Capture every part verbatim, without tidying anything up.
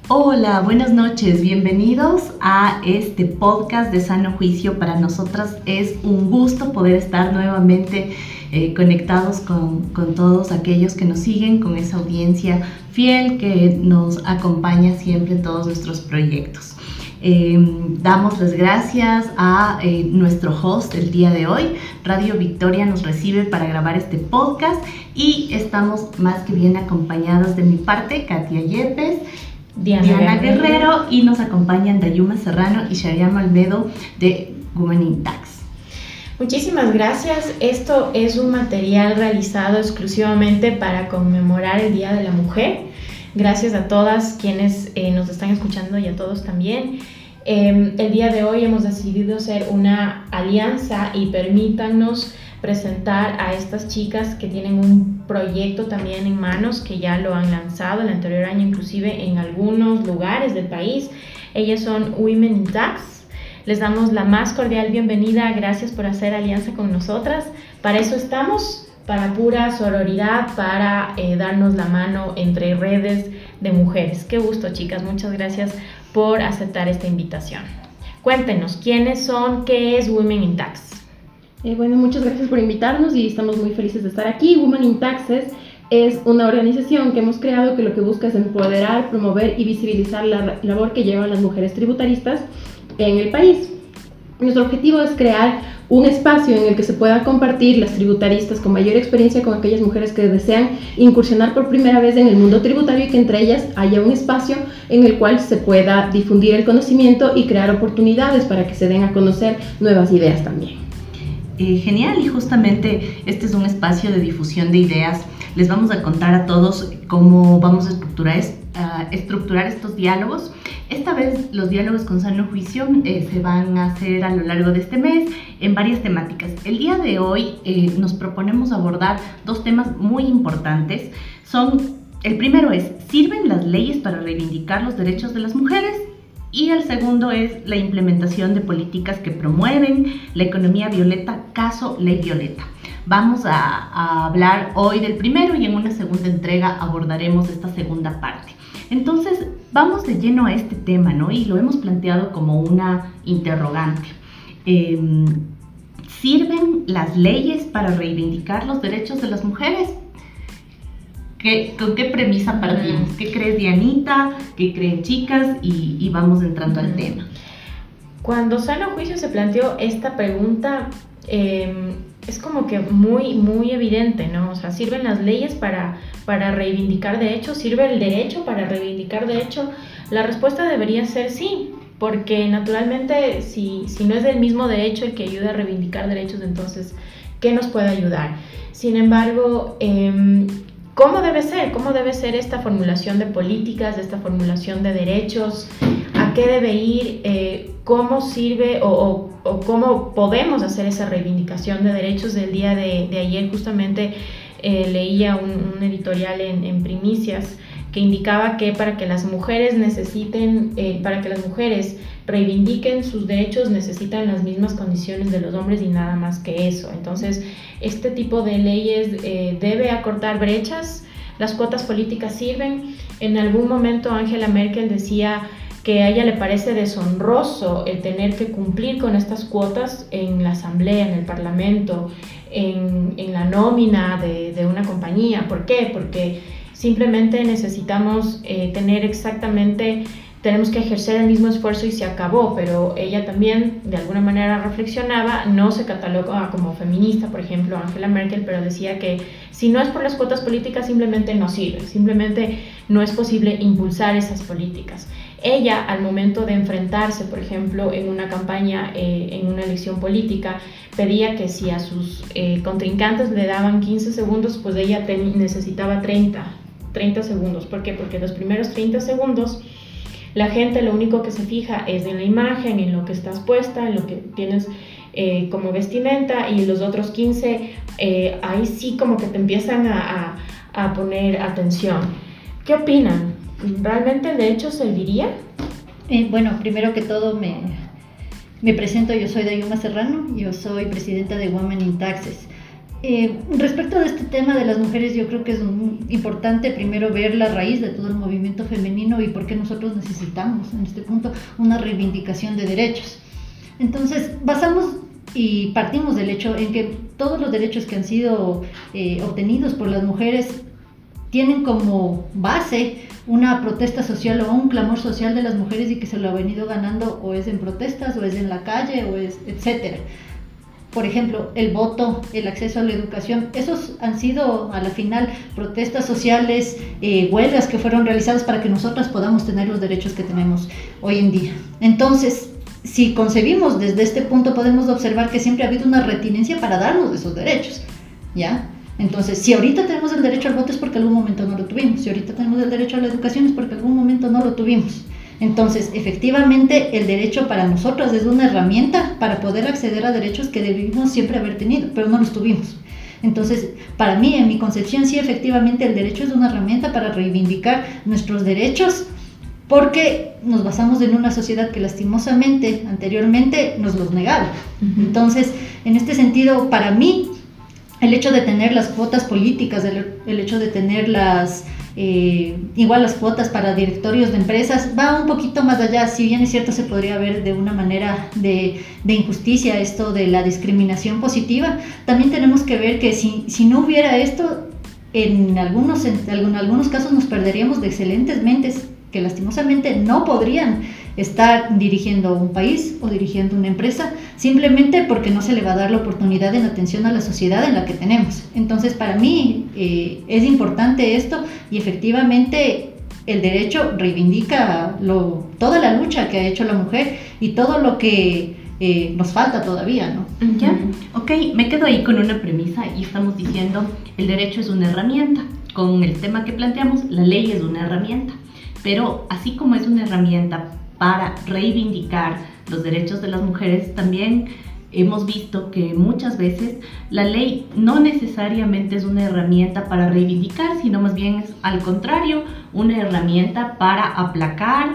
Hola, buenas noches, bienvenidos a este podcast de Sano Juicio. Para nosotras es un gusto poder estar nuevamente eh, conectados con, con todos aquellos que nos siguen, con esa audiencia fiel que nos acompaña siempre en todos nuestros proyectos. Eh, damos las gracias a eh, nuestro host el día de hoy. Radio Victoria nos recibe para grabar este podcast y estamos más que bien acompañadas de mi parte, Katia Yepes, Diana, Diana Guerrero. Guerrero y nos acompañan Dayuma Serrano y Shariam Almedo de Women in Tax. Muchísimas gracias. Esto es un material realizado exclusivamente para conmemorar el Día de la Mujer. Gracias a todas quienes eh, nos están escuchando y a todos también. Eh, el día de hoy hemos decidido hacer una alianza y permítanos presentar a estas chicas que tienen un proyecto también en manos, que ya lo han lanzado el anterior año inclusive en algunos lugares del país. Ellas son Women in Tax. Les damos la más cordial bienvenida. Gracias por hacer alianza con nosotras. Para eso estamos, para pura sororidad, para eh, darnos la mano entre redes de mujeres. Qué gusto, chicas. Muchas gracias por aceptar esta invitación. Cuéntenos, ¿quiénes son? ¿Qué es Women in Tax? Eh, bueno, muchas gracias por invitarnos y estamos muy felices de estar aquí. Women in Taxes es una organización que hemos creado que lo que busca es empoderar, promover y visibilizar la labor que llevan las mujeres tributaristas en el país. Nuestro objetivo es crear un espacio en el que se pueda compartir las tributaristas con mayor experiencia con aquellas mujeres que desean incursionar por primera vez en el mundo tributario y que entre ellas haya un espacio en el cual se pueda difundir el conocimiento y crear oportunidades para que se den a conocer nuevas ideas también. Eh, genial, y justamente este es un espacio de difusión de ideas. Les vamos a contar a todos cómo vamos a estructurar, uh, estructurar estos diálogos. Esta vez los diálogos con Sano Juicio eh, se van a hacer a lo largo de este mes en varias temáticas. El día de hoy eh, nos proponemos abordar dos temas muy importantes. Son, el primero es, ¿sirven las leyes para reivindicar los derechos de las mujeres? Y el segundo es la implementación de políticas que promueven la economía violeta, caso Ley Violeta. Vamos a, a hablar hoy del primero y en una segunda entrega abordaremos esta segunda parte. Entonces, vamos de lleno a este tema, ¿no? Y lo hemos planteado como una interrogante. Eh, ¿Sirven las leyes para reivindicar los derechos de las mujeres? ¿Qué, ¿Con qué premisa partimos? ¿Qué crees, Dianita? ¿Qué creen, chicas? Y, y vamos entrando al tema. Cuando Sano Juicio se planteó esta pregunta, eh, es como que muy, muy evidente, ¿no? O sea, ¿sirven las leyes para, para reivindicar derechos? ¿Sirve el derecho para reivindicar derecho? La respuesta debería ser sí, porque naturalmente si, si no es el mismo derecho el que ayuda a reivindicar derechos, entonces, ¿qué nos puede ayudar? Sin embargo, eh, ¿cómo debe ser? ¿Cómo debe ser esta formulación de políticas, esta formulación de derechos? ¿A qué debe ir? Eh, ¿Cómo sirve o, o, o cómo podemos hacer esa reivindicación de derechos? Del día de, de ayer justamente eh, leía un, un editorial en, en Primicias que indicaba que para que las mujeres necesiten, eh, para que las mujeres reivindiquen sus derechos necesitan las mismas condiciones de los hombres y nada más que eso. Entonces, este tipo de leyes eh, debe acortar brechas. Las cuotas políticas sirven. En algún momento Angela Merkel decía que a ella le parece deshonroso el tener que cumplir con estas cuotas en la asamblea, en el parlamento, en, en la nómina de, de una compañía. ¿Por qué? Porque simplemente necesitamos eh, tener exactamente, tenemos que ejercer el mismo esfuerzo y se acabó, pero ella también de alguna manera reflexionaba, no se cataloga como feminista, por ejemplo, Angela Merkel, pero decía que si no es por las cuotas políticas simplemente no sirve, simplemente no es posible impulsar esas políticas. Ella, al momento de enfrentarse, por ejemplo, en una campaña, eh, en una elección política, pedía que si a sus eh, contrincantes le daban quince segundos, pues ella necesitaba treinta segundos. ¿Por qué? Porque los primeros treinta segundos la gente lo único que se fija es en la imagen, en lo que estás puesta, en lo que tienes eh, como vestimenta, y los otros quince, eh, ahí sí como que te empiezan a, a, a poner atención. ¿Qué opinan? ¿Realmente el derecho serviría? Eh, bueno, primero que todo me, me presento, yo soy Dayuma Serrano, yo soy presidenta de Women in Taxes. Eh, respecto de este tema de las mujeres, yo creo que es un, importante primero ver la raíz de todo el movimiento femenino y por qué nosotros necesitamos en este punto una reivindicación de derechos. Entonces, basamos y partimos del hecho en que todos los derechos que han sido eh, obtenidos por las mujeres tienen como base una protesta social o un clamor social de las mujeres y que se lo ha venido ganando o es en protestas o es en la calle o es etcétera. Por ejemplo, el voto, el acceso a la educación, esos han sido a la final protestas sociales, eh, huelgas que fueron realizadas para que nosotras podamos tener los derechos que tenemos hoy en día. Entonces, si concebimos desde este punto, podemos observar que siempre ha habido una retinencia para darnos esos derechos, ¿ya? Entonces, si ahorita tenemos el derecho al voto es porque en algún momento no lo tuvimos, si ahorita tenemos el derecho a la educación es porque en algún momento no lo tuvimos. Entonces, efectivamente, el derecho para nosotros es una herramienta para poder acceder a derechos que debimos siempre haber tenido, pero no los tuvimos. Entonces, para mí, en mi concepción, sí, efectivamente, el derecho es una herramienta para reivindicar nuestros derechos, porque nos basamos en una sociedad que lastimosamente, anteriormente, nos los negaba. Uh-huh. Entonces, en este sentido, para mí, el hecho de tener las cuotas políticas, el, el hecho de tener las... Eh, igual las cuotas para directorios de empresas, va un poquito más allá. Si bien es cierto, se podría ver de una manera de, de injusticia esto de la discriminación positiva, también tenemos que ver que si, si no hubiera esto, en algunos, en, en algunos casos nos perderíamos de excelentes mentes que lastimosamente no podrían estar dirigiendo un país o dirigiendo una empresa, simplemente porque no se le va a dar la oportunidad en atención a la sociedad en la que tenemos. Entonces, para mí eh, es importante esto y efectivamente el derecho reivindica lo, toda la lucha que ha hecho la mujer y todo lo que eh, nos falta todavía, ¿no? Ya, ok, me quedo ahí con una premisa y estamos diciendo el derecho es una herramienta. Con el tema que planteamos, la ley es una herramienta, pero así como es una herramienta para reivindicar los derechos de las mujeres, también hemos visto que muchas veces la ley no necesariamente es una herramienta para reivindicar, sino más bien es al contrario, una herramienta para aplacar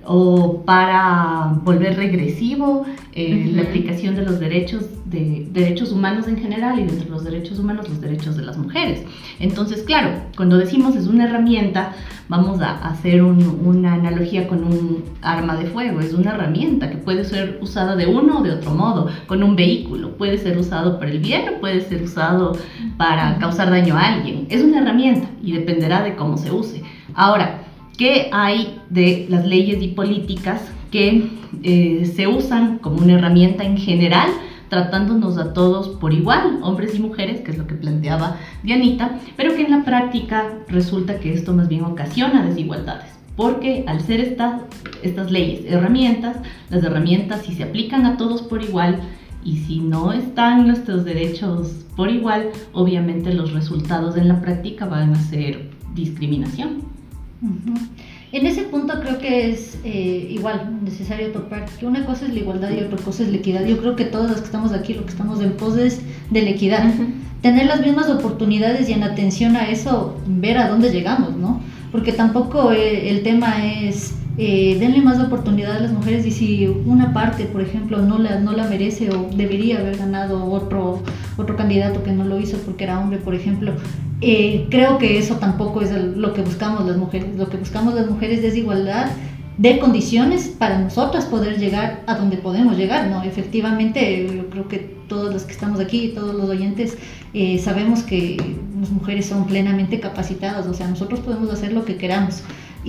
o para volver regresivo eh, uh-huh. la aplicación de los derechos de derechos humanos en general y dentro de los derechos humanos los derechos de las mujeres. Entonces, claro, cuando decimos es una herramienta, vamos a hacer un, una analogía con un arma de fuego. Es una herramienta que puede ser usada de uno o de otro modo, con un vehículo. Puede ser usado para el bien o puede ser usado para causar daño a alguien. Es una herramienta y dependerá de cómo se use. Ahora, ¿qué hay de las leyes y políticas que eh, se usan como una herramienta en general, tratándonos a todos por igual, hombres y mujeres, que es lo que planteaba Dianita, pero que en la práctica resulta que esto más bien ocasiona desigualdades? Porque al ser esta, estas leyes herramientas, las herramientas si se aplican a todos por igual y si no están nuestros derechos por igual, obviamente los resultados en la práctica van a ser discriminación. Uh-huh. En ese punto creo que es eh, igual necesario topar que una cosa es la igualdad y otra cosa es la equidad. Yo creo que todos los que estamos aquí lo que estamos en pos es de la equidad, uh-huh. tener las mismas oportunidades y en atención a eso ver a dónde llegamos, ¿no? Porque tampoco eh, el tema es eh, denle más oportunidad a las mujeres y si una parte, por ejemplo, no la, no la merece o debería haber ganado otro, otro candidato que no lo hizo porque era hombre, por ejemplo, Eh, creo que eso tampoco es el, lo que buscamos las mujeres. Lo que buscamos las mujeres es igualdad de condiciones para nosotras poder llegar a donde podemos llegar, ¿no? Efectivamente, yo creo que todos los que estamos aquí, todos los oyentes, eh, sabemos que las mujeres son plenamente capacitadas, o sea, nosotros podemos hacer lo que queramos.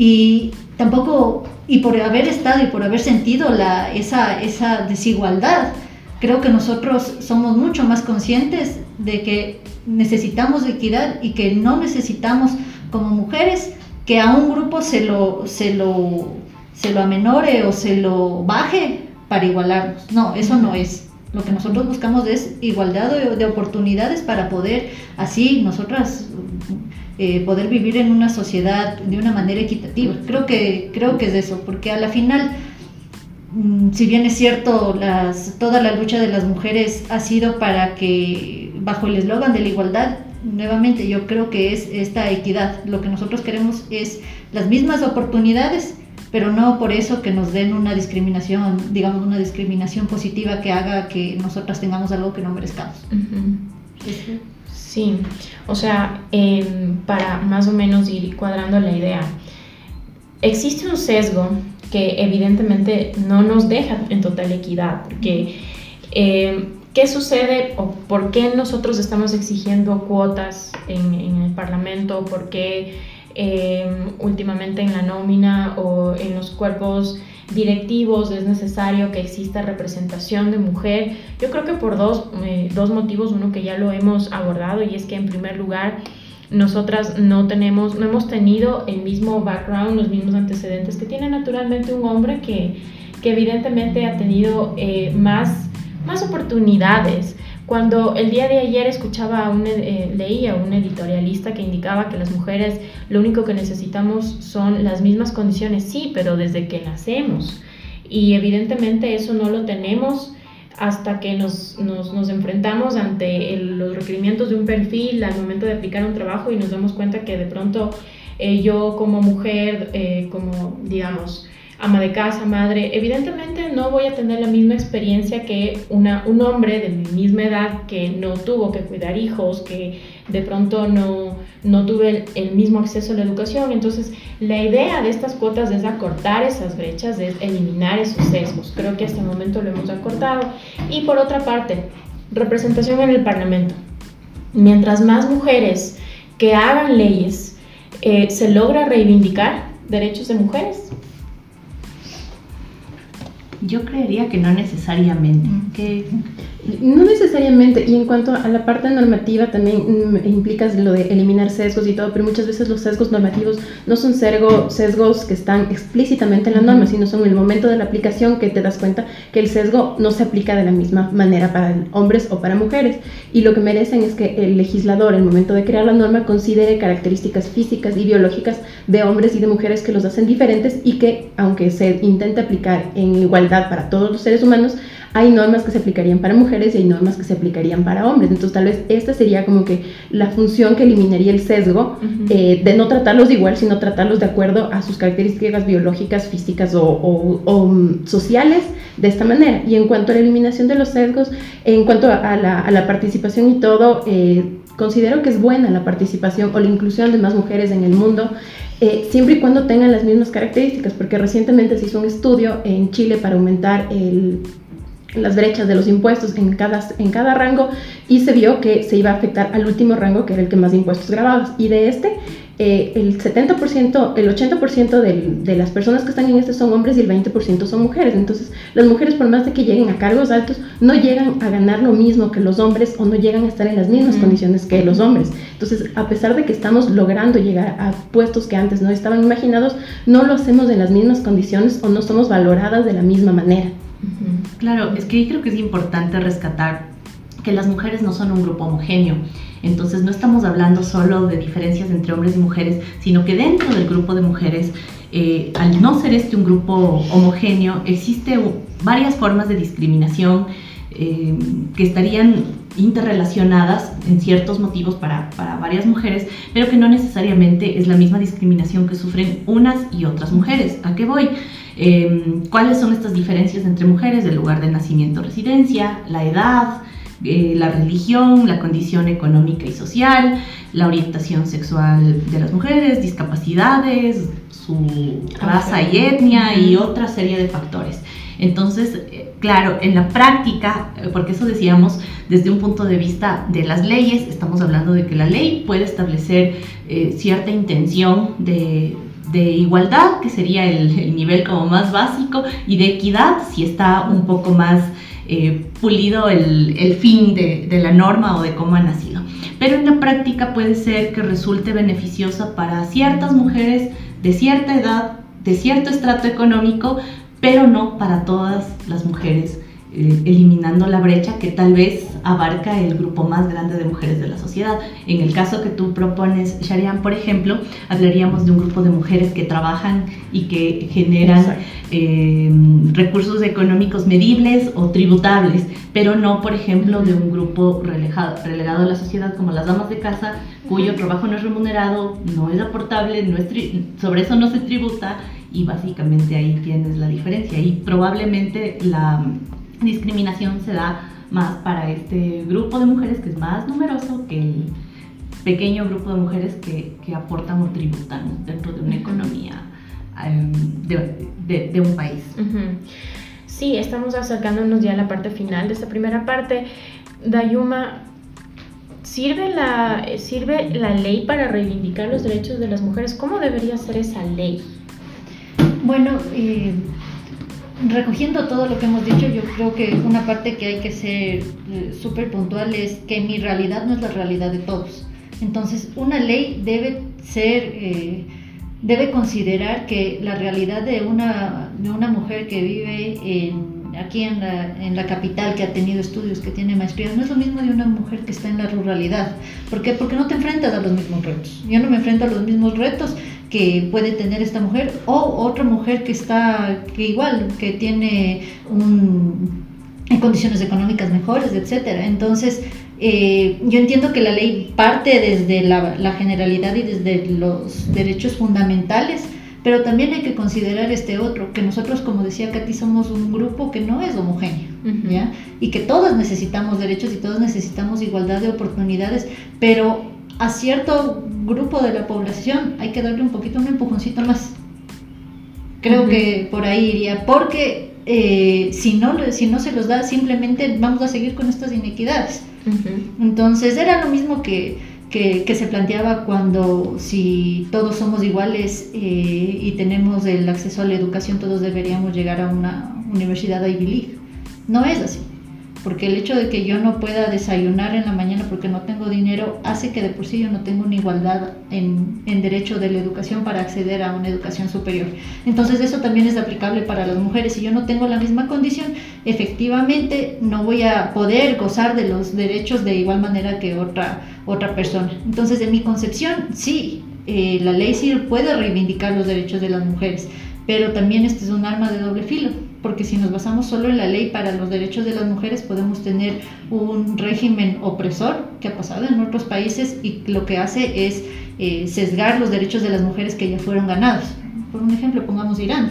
Y tampoco, y por haber estado y por haber sentido la, esa, esa desigualdad, creo que nosotros somos mucho más conscientes de que necesitamos equidad y que no necesitamos como mujeres que a un grupo se lo, se lo, se lo amenore o se lo baje para igualarnos. No, eso no es. Lo que nosotros buscamos es igualdad de, de oportunidades para poder así nosotras eh, poder vivir en una sociedad de una manera equitativa. Creo que, creo que es eso, porque a la final, si bien es cierto, las, toda la lucha de las mujeres ha sido para que, bajo el eslogan de la igualdad, nuevamente yo creo que es esta equidad. Lo que nosotros queremos es las mismas oportunidades, pero no por eso que nos den una discriminación, digamos una discriminación positiva que haga que nosotras tengamos algo que no merezcamos. Uh-huh. Sí, o sea, eh, para más o menos ir cuadrando la idea, existe un sesgo que evidentemente no nos deja en total equidad, porque eh, ¿qué sucede o por qué nosotros estamos exigiendo cuotas en, en el Parlamento? ¿Por qué eh, últimamente en la nómina o en los cuerpos directivos es necesario que exista representación de mujer? Yo creo que por dos, eh, dos motivos, uno que ya lo hemos abordado, y es que en primer lugar nosotras no tenemos, no hemos tenido el mismo background, los mismos antecedentes que tiene naturalmente un hombre que, que evidentemente ha tenido eh, más, más oportunidades. Cuando el día de ayer escuchaba a un, eh, leía a un editorialista que indicaba que las mujeres lo único que necesitamos son las mismas condiciones, sí, pero desde que nacemos, y evidentemente eso no lo tenemos hasta que nos, nos, nos enfrentamos ante el, los requerimientos de un perfil al momento de aplicar un trabajo y nos damos cuenta que de pronto eh, yo como mujer, eh, como digamos ama de casa, madre, evidentemente no voy a tener la misma experiencia que una, un hombre de mi misma edad que no tuvo que cuidar hijos, que de pronto no, no tuve el, el mismo acceso a la educación. Entonces, la idea de estas cuotas es acortar esas brechas, es eliminar esos sesgos. Creo que hasta el momento lo hemos acortado. Y por otra parte, representación en el Parlamento. Mientras más mujeres que hagan leyes, eh, se logra reivindicar derechos de mujeres. Yo creería que no necesariamente. Que... No necesariamente, y en cuanto a la parte normativa también mm, implicas lo de eliminar sesgos y todo, pero muchas veces los sesgos normativos no son sesgo, sesgos que están explícitamente en la norma, sino son en el momento de la aplicación que te das cuenta que el sesgo no se aplica de la misma manera para hombres o para mujeres, y lo que merecen es que el legislador, en el momento de crear la norma, considere características físicas y biológicas de hombres y de mujeres que los hacen diferentes, y que, aunque se intente aplicar en igualdad para todos los seres humanos, hay normas que se aplicarían para mujeres y hay normas que se aplicarían para hombres. Entonces tal vez esta sería como que la función que eliminaría el sesgo, uh-huh. eh, de no tratarlos igual, sino tratarlos de acuerdo a sus características biológicas, físicas o, o, o um, sociales, de esta manera. Y en cuanto a la eliminación de los sesgos, en cuanto a la, a la participación y todo, eh, considero que es buena la participación o la inclusión de más mujeres en el mundo, Eh, siempre y cuando tengan las mismas características, porque recientemente se hizo un estudio en Chile para aumentar el, las brechas de los impuestos en cada, en cada rango, y se vio que se iba a afectar al último rango, que era el que más impuestos grababa, y de este eh, el setenta por ciento, el ochenta por ciento de, de las personas que están en este son hombres y el veinte por ciento son mujeres. Entonces las mujeres, por más de que lleguen a cargos altos, no llegan a ganar lo mismo que los hombres, o no llegan a estar en las mismas mm. condiciones que los hombres. Entonces, a pesar de que estamos logrando llegar a puestos que antes no estaban imaginados, no lo hacemos en las mismas condiciones o no somos valoradas de la misma manera. Uh-huh. Claro, es que yo creo que es importante rescatar que las mujeres no son un grupo homogéneo. Entonces no estamos hablando solo de diferencias entre hombres y mujeres, sino que dentro del grupo de mujeres, eh, al no ser este un grupo homogéneo, existe varias formas de discriminación eh, que estarían interrelacionadas en ciertos motivos para, para varias mujeres, pero que no necesariamente es la misma discriminación que sufren unas y otras mujeres. ¿A qué voy? Eh, ¿Cuáles son estas diferencias entre mujeres? El lugar de nacimiento, residencia, la edad, Eh, la religión, la condición económica y social, la orientación sexual de las mujeres, discapacidades, su raza y etnia y otra serie de factores. Entonces, eh, claro, en la práctica, porque eso decíamos, desde un punto de vista de las leyes, estamos hablando de que la ley puede establecer eh, cierta intención de de igualdad, que sería el, el nivel como más básico, y de equidad, si está un poco más eh, pulido el, el fin de, de la norma o de cómo ha nacido. Pero en la práctica puede ser que resulte beneficiosa para ciertas mujeres de cierta edad, de cierto estrato económico, pero no para todas las mujeres, eh, eliminando la brecha que tal vez abarca el grupo más grande de mujeres de la sociedad. En el caso que tú propones, Sharian, por ejemplo, hablaríamos de un grupo de mujeres que trabajan y que generan eh, recursos económicos medibles o tributables, pero no, por ejemplo, de un grupo relegado, relegado a la sociedad como las damas de casa, cuyo trabajo no es remunerado, no es aportable, no es tri- sobre eso no se tributa, y básicamente ahí tienes la diferencia. Y probablemente la discriminación se da más para este grupo de mujeres que es más numeroso que el pequeño grupo de mujeres que, que aportan o tributan dentro de una economía um, de, de, de un país. Uh-huh. Sí, estamos acercándonos ya a la parte final de esta primera parte. Dayuma, ¿sirve la, ¿sirve la ley para reivindicar los derechos de las mujeres? ¿Cómo debería ser esa ley? Bueno, eh, recogiendo todo lo que hemos dicho, yo creo que una parte que hay que ser eh, súper puntual es que mi realidad no es la realidad de todos. Entonces, una ley debe ser, eh, debe considerar que la realidad de una, de una mujer que vive en, aquí en la, en la capital, que ha tenido estudios, que tiene maestrías, no es lo mismo de una mujer que está en la ruralidad. ¿Por qué? Porque no te enfrentas a los mismos retos. Yo no me enfrento a los mismos retos que puede tener esta mujer o otra mujer que está, que igual, que tiene un, en condiciones económicas mejores, etcétera. Entonces, eh, yo entiendo que la ley parte desde la, la generalidad y desde los derechos fundamentales, pero también hay que considerar este otro, que nosotros, como decía Katy, somos un grupo que no es homogéneo, uh-huh. ¿ya? Y que todos necesitamos derechos y todos necesitamos igualdad de oportunidades, pero a cierto grupo de la población hay que darle un poquito, un empujoncito más. Creo uh-huh. que por ahí iría, porque eh, si, no, si no se los da, simplemente vamos a seguir con estas inequidades. Uh-huh. Entonces era lo mismo que, que, que se planteaba cuando si todos somos iguales eh, y tenemos el acceso a la educación, todos deberíamos llegar a una universidad Ivy League. No es así, porque el hecho de que yo no pueda desayunar en la mañana porque no tengo dinero hace que de por sí yo no tengo una igualdad en, en derecho de la educación para acceder a una educación superior. Entonces eso también es aplicable para las mujeres. Si yo no tengo la misma condición, efectivamente no voy a poder gozar de los derechos de igual manera que otra, otra persona. Entonces, en mi concepción, sí, eh, la ley sí puede reivindicar los derechos de las mujeres, pero también este es un arma de doble filo, porque si nos basamos solo en la ley para los derechos de las mujeres, podemos tener un régimen opresor que ha pasado en otros países y lo que hace es eh, sesgar los derechos de las mujeres que ya fueron ganados. Por un ejemplo, pongamos Irán.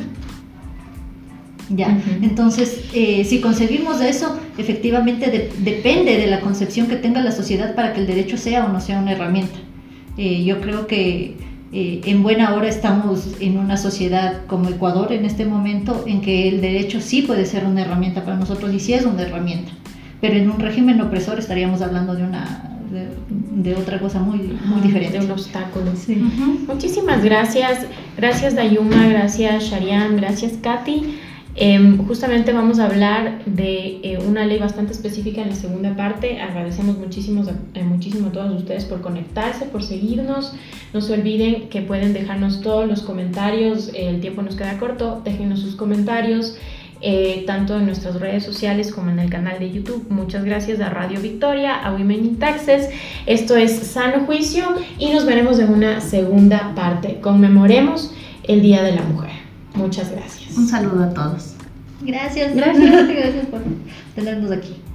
Ya, uh-huh. Entonces, eh, si concebimos eso, efectivamente de, depende de la concepción que tenga la sociedad para que el derecho sea o no sea una herramienta. Eh, yo creo que Eh, en buena hora estamos en una sociedad como Ecuador en este momento en que el derecho sí puede ser una herramienta para nosotros y sí es una herramienta, pero en un régimen opresor estaríamos hablando de una de, de otra cosa muy, muy diferente. De un obstáculo. Sí. Uh-huh. Muchísimas gracias, gracias Dayuma, gracias Sharian, gracias Katy. Eh, justamente vamos a hablar de eh, una ley bastante específica en la segunda parte. Agradecemos muchísimo, eh, muchísimo a todos ustedes por conectarse, por seguirnos. No se olviden que pueden dejarnos todos los comentarios, eh, el tiempo nos queda corto, déjenos sus comentarios eh, tanto en nuestras redes sociales como en el canal de YouTube. Muchas gracias a Radio Victoria, a Women in Taxes. Esto es Sano Juicio y nos veremos en una segunda parte. Conmemoremos el Día de la Mujer. Muchas gracias. Un saludo a todos. Gracias. Gracias. Gracias por tenernos aquí.